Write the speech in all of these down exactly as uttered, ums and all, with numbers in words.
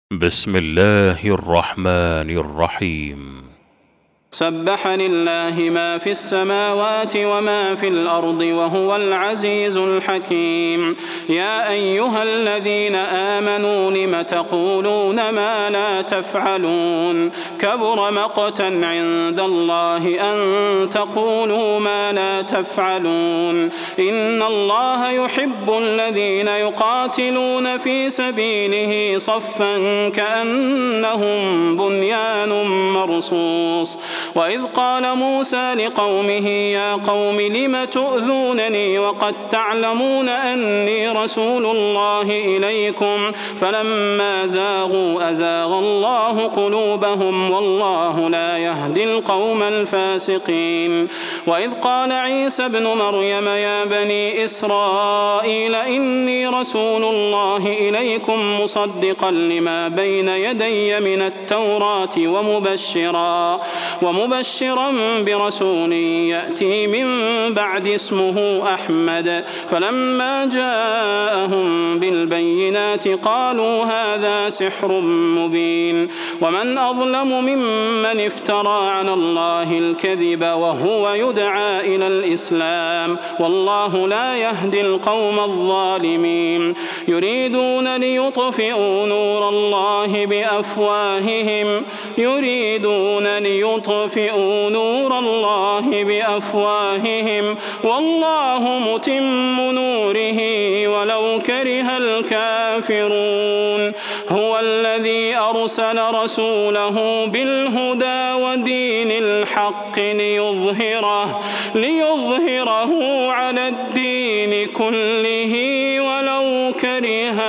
بسم الله الرحمن الرحيم. سبح لله ما في السماوات وما في الأرض وهو العزيز الحكيم. يا أيها الذين آمنوا لم تقولون ما لا تفعلون كبر مقتا عند الله أن تقولوا ما لا تفعلون. إن الله يحب الذين يقاتلون في سبيله صفا كأنهم بنيان مرصوص. وإذ قال موسى لقومه يا قوم لم تؤذونني وقد تعلمون أني رسول الله إليكم فلما زاغوا أزاغ الله قلوبهم والله لا يهدي القوم الفاسقين. وإذ قال عيسى ابن مريم يا بني إسرائيل إني رسول الله إليكم مصدقا لما بين يدي من التوراة ومبشرا ومبشرا برسول يأتي من بعد اسمه أحمد. فلما جاءهم بالبينات قالوا هذا سحر مبين. ومن أظلم ممن افترى على الله الكذب وهو يدعى إلى الإسلام والله لا يهدي القوم الظالمين. يريدون ليطفئوا نور الله بأفواههم يريدون ليطفئوا نور الله بأفواههم والله متم نوره ولو كره الكافرون. هو الذي أرسل رسوله بالهدى ودين الحق ليظهره ليظهره على الدين كله ولو كره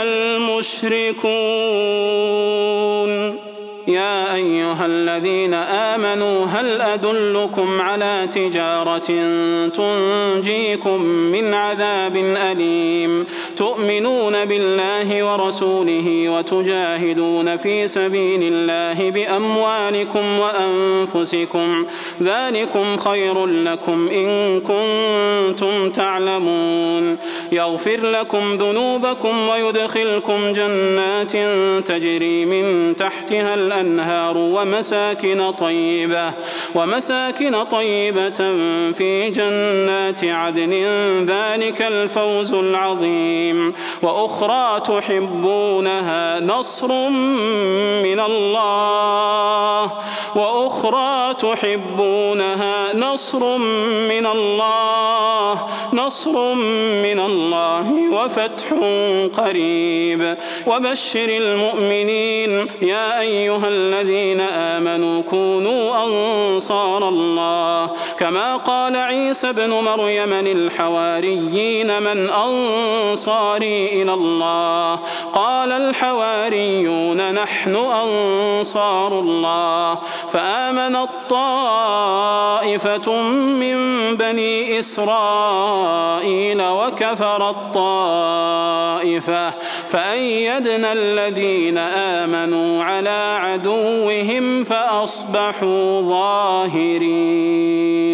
المشركون. يا أيها الذين آمنوا هل أدلكم على تجارة تنجيكم من عذاب أليم تؤمنون بالله ورسوله وتجاهدون في سبيل الله بأموالكم وأنفسكم ذلكم خير لكم إن كنتم تعلمون. يغفر لكم ذنوبكم ويدخلكم جنات تجري من تحتها الأنهار ومساكن طيبة ومساكن طيبة في جنات عدن ذلك الفوز العظيم. وأخرى تحبونها نصر من الله وأخرى تحبونها نصر من الله نصر من الله وفتح قريب. وبشر المؤمنين. يا أيها الذين آمنوا كونوا أنصار الله كما قال عيسى ابن مريم للحواريين من أنصاري إلى الله قال الحواريون نحن أنصار الله. فآمنت طائفة من بني إسرائيل وكفرت طائفة فأيدنا الذين آمنوا على عدوهم فأصبحوا ظاهرين.